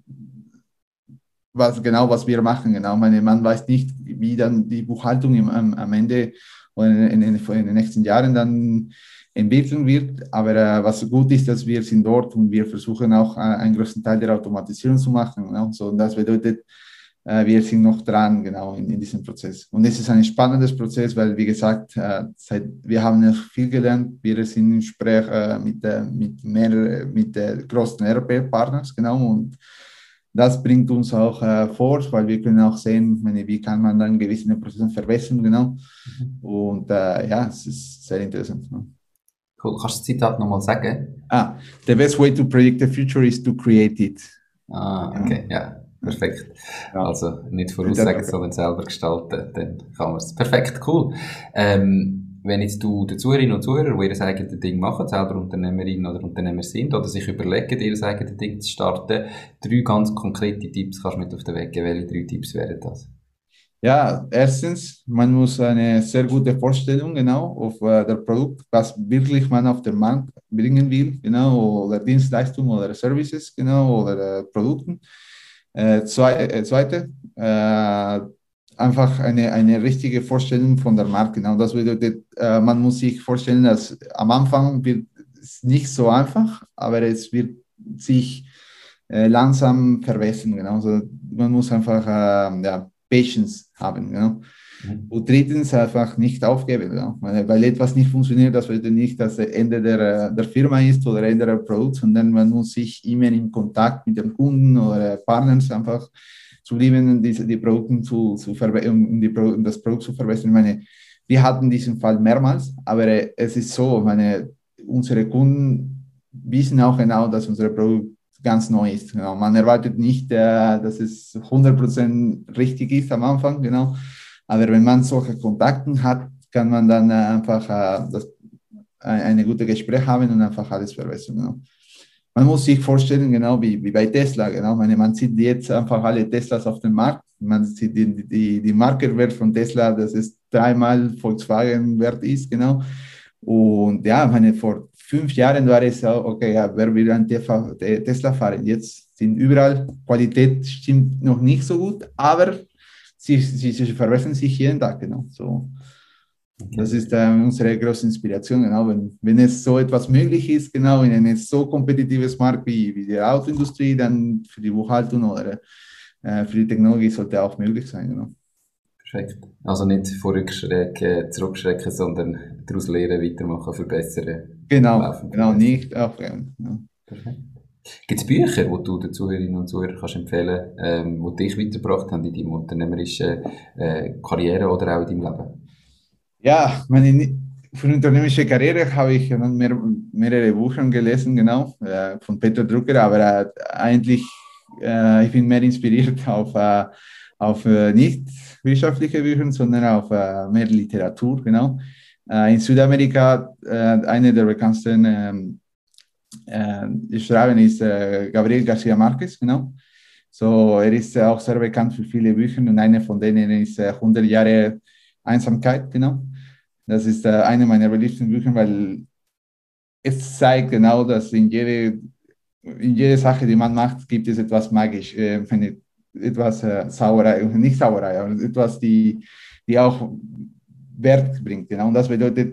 was genau, was wir machen, genau. Ich meine, man weiß nicht, wie dann die Buchhaltung im, am, am Ende oder in, in, in den nächsten Jahren dann entwickeln wird. Aber äh, was gut ist, dass wir sind dort und wir versuchen auch äh, einen größten Teil der Automatisierung zu machen. Genau. So, und das bedeutet, äh, wir sind noch dran, genau, in, in diesem Prozess. Und es ist ein spannendes Prozess, weil, wie gesagt, äh, seit, wir haben ja viel gelernt. Wir sind im Gespräch äh, mit, äh, mit, mehr, mit äh, großen R P-Partners, genau, und das bringt uns auch äh, vor, weil wir können auch sehen, meine, wie kann man dann gewisse Prozesse verbessern, genau. Und äh, ja, es ist sehr interessant. Ja. Cool. Kannst du das Zitat nochmal sagen? Ah, the best way to predict the future is to create it. Ah, Ja. okay, ja, perfekt. Ja. Also nicht voraussagen, sondern selber gestalten, dann kann man es. Perfekt, cool. Ähm, wenn jetzt du den Zuhörerinnen und Zuhörern, die ihr eigenes Ding machen, selber Unternehmerinnen oder Unternehmer sind, oder sich überlegen, ihr eigenes Ding zu starten, drei ganz konkrete Tipps kannst du mit auf den Weg geben. Welche drei Tipps wären das? Ja, erstens, man muss eine sehr gute Vorstellung, genau, auf äh, das Produkt, was wirklich man auf den Markt bringen will, genau, oder Dienstleistungen oder Services, genau, oder äh, Produkten. Äh, zwei, äh, zweite, äh, einfach eine, eine richtige Vorstellung von der Marke. Genau, das bedeutet, äh, man muss sich vorstellen, dass am Anfang wird es nicht so einfach, aber es wird sich äh, langsam verbessern. Genau, also man muss einfach äh, ja, Patience haben. Genau. Mhm. Und drittens einfach nicht aufgeben. Genau. Weil, weil etwas nicht funktioniert, das bedeutet nicht, dass das Ende der, der Firma ist oder Ende der Produkt, sondern man muss sich immer in Kontakt mit dem Kunden oder Partnern einfach zu bleiben, diese, die Produkte zu, zu verbessern, um, die Pro um das Produkt zu verbessern. Ich meine, wir hatten diesen Fall mehrmals, aber es ist so, meine, unsere Kunden wissen auch genau, dass unser Produkt ganz neu ist. Genau. Man erwartet nicht, äh, dass es hundert Prozent richtig ist am Anfang, genau. Aber wenn man solche Kontakte hat, kann man dann äh, einfach äh, das, äh, eine gute Gespräch haben und einfach alles verbessern. Genau. Man muss sich vorstellen, genau wie, wie bei Tesla, genau. Meine, man sieht jetzt einfach alle Teslas auf dem Markt. Man sieht die, die, die Marktwert von Tesla, dass es dreimal Volkswagen wert ist, genau. Und ja, meine, vor fünf Jahren war es auch, okay, ja, wer will ein Tesla fahren? Jetzt sind überall, Qualität stimmt noch nicht so gut, aber sie, sie, sie verbessern sich jeden Tag, genau. So, Okay. das ist äh, unsere große Inspiration, genau. Wenn, wenn es so etwas möglich ist, genau, in einem so kompetitives Markt wie, wie die Autoindustrie, dann für die Buchhaltung oder äh, für die Technologie sollte auch möglich sein, genau. Perfekt. Also nicht vorrückschrecken, zurückschrecken, sondern daraus lernen, weitermachen, verbessern. Genau, Laufen, genau, verbessern. nicht aufgeben. Ja. Perfekt. Gibt es Bücher, die du den Zuhörerinnen und Zuhörern kannst empfehlen kannst, ähm, die dich weitergebracht haben in deiner unternehmerischen äh, Karriere oder auch in deinem Leben? Ja, meine, für die unternehmerische Karriere habe ich dann mehr, mehrere Bücher gelesen, genau, äh, von Peter Drucker, aber äh, eigentlich, äh, ich bin mehr inspiriert auf, äh, auf äh, nicht wirtschaftliche Bücher, sondern auf äh, mehr Literatur, genau. Äh, in Südamerika, äh, eine der bekanntesten ähm, äh, Schreiber ist äh, Gabriel García Márquez, genau. So, er ist äh, auch sehr bekannt für viele Bücher und eine von denen ist äh, hundert Jahre Einsamkeit, genau. Das ist äh, eine meiner beliebtesten Bücher, weil es zeigt genau, dass in jede, in jede Sache, die man macht, gibt es etwas magisch, äh, eine, etwas äh, Sauerei, nicht Sauerei, aber etwas, die, die auch Wert bringt. Genau. Und das bedeutet,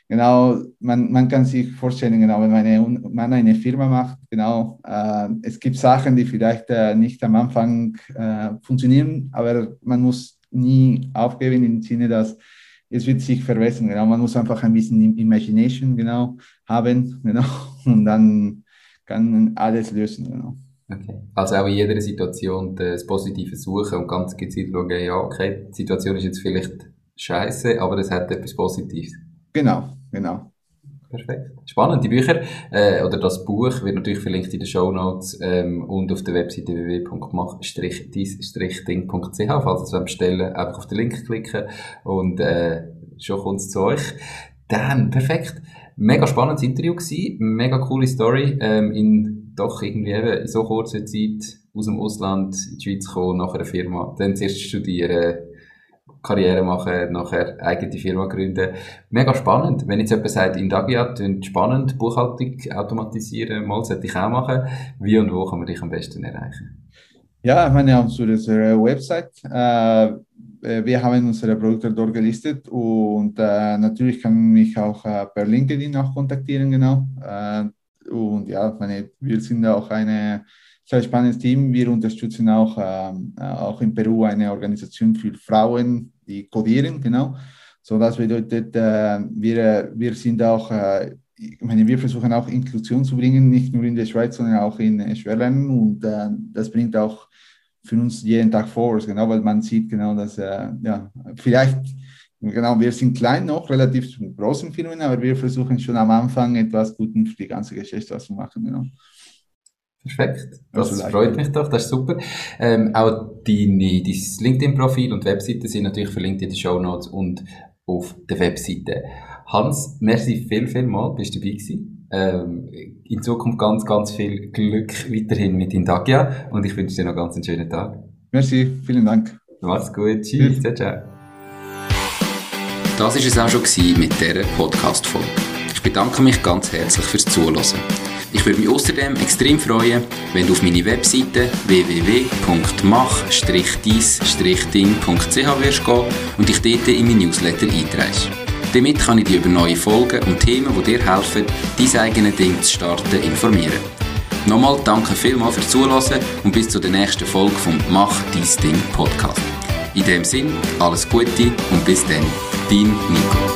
genau, man, man kann sich vorstellen, genau, wenn man eine, man eine Firma macht, genau, äh, es gibt Sachen, die vielleicht äh, nicht am Anfang äh, funktionieren, aber man muss nie aufgeben im Sinne, dass es wird sich verbessern, genau, man muss einfach ein bisschen Imagination, genau, haben, genau, und dann kann man alles lösen, genau. Okay. Also auch in jeder Situation das Positive suchen und ganz gezielt schauen, ja, okay, die Situation ist jetzt vielleicht scheiße, aber es hat etwas Positives. Genau, genau. Perfekt. Spannend. Die Bücher, äh, oder das Buch wird natürlich verlinkt in den Shownotes, ähm, und auf der Webseite w w w punkt mach dies ding punkt c h. Falls ihr es bestellen wollt, einfach auf den Link klicken und, äh, schon kommt es zu euch. Dann, perfekt. Mega spannendes Interview gewesen. Mega coole Story, ähm, in doch irgendwie eben in so kurzer Zeit aus dem Ausland in die Schweiz kommen, nach einer Firma, dann zuerst studieren, Karriere machen, nachher eigene Firma gründen. Mega spannend. Wenn jetzt jemand sagt, Indagia, klingt spannend, Buchhaltung automatisieren, mal sollte ich auch machen. Wie und wo kann man dich am besten erreichen? Ja, ich meine, auf unserer Website, äh, wir haben unsere Produkte dort gelistet und äh, natürlich kann man mich auch äh, per LinkedIn auch kontaktieren, genau. Äh, und ja, ich meine, wir sind auch ein sehr spannendes Team. Wir unterstützen auch, ähm, auch in Peru eine Organisation für Frauen, die codieren, genau. So, das bedeutet, äh, wir, wir sind auch, äh, ich meine, wir versuchen auch Inklusion zu bringen, nicht nur in der Schweiz, sondern auch in Schwellenländern und äh, das bringt auch für uns jeden Tag vor, genau, weil man sieht genau, dass, äh, ja, vielleicht, genau, wir sind klein noch, relativ zu großen Firmen, aber wir versuchen schon am Anfang etwas Gutes für die ganze Geschichte zu machen, genau. Perfekt. Das also freut mich doch, das ist super. Ähm, auch deine, dein LinkedIn-Profil und Webseite sind natürlich verlinkt in den Shownotes und auf der Webseite. Hans, merci viel, viel mal, bist du dabei gewesen. Ähm, in Zukunft ganz, ganz viel Glück weiterhin mit Indagia und ich wünsche dir noch ganz einen schönen Tag. Merci, vielen Dank. Mach's gut, tschüss, ciao, ciao. Das war es auch schon mit dieser Podcast-Folge. Ich bedanke mich ganz herzlich fürs Zuhören. Ich würde mich außerdem extrem freuen, wenn du auf meine Webseite w w w punkt mach dies ding punkt c h wirst gehen und dich dort in mein Newsletter einträgst. Damit kann ich dich über neue Folgen und Themen, die dir helfen, dein eigenes Ding zu starten, informieren. Nochmal danke vielmals fürs Zuhören und bis zur nächsten Folge vom Mach dies Ding Podcast. In dem Sinn, alles Gute und bis dann, dein Nico.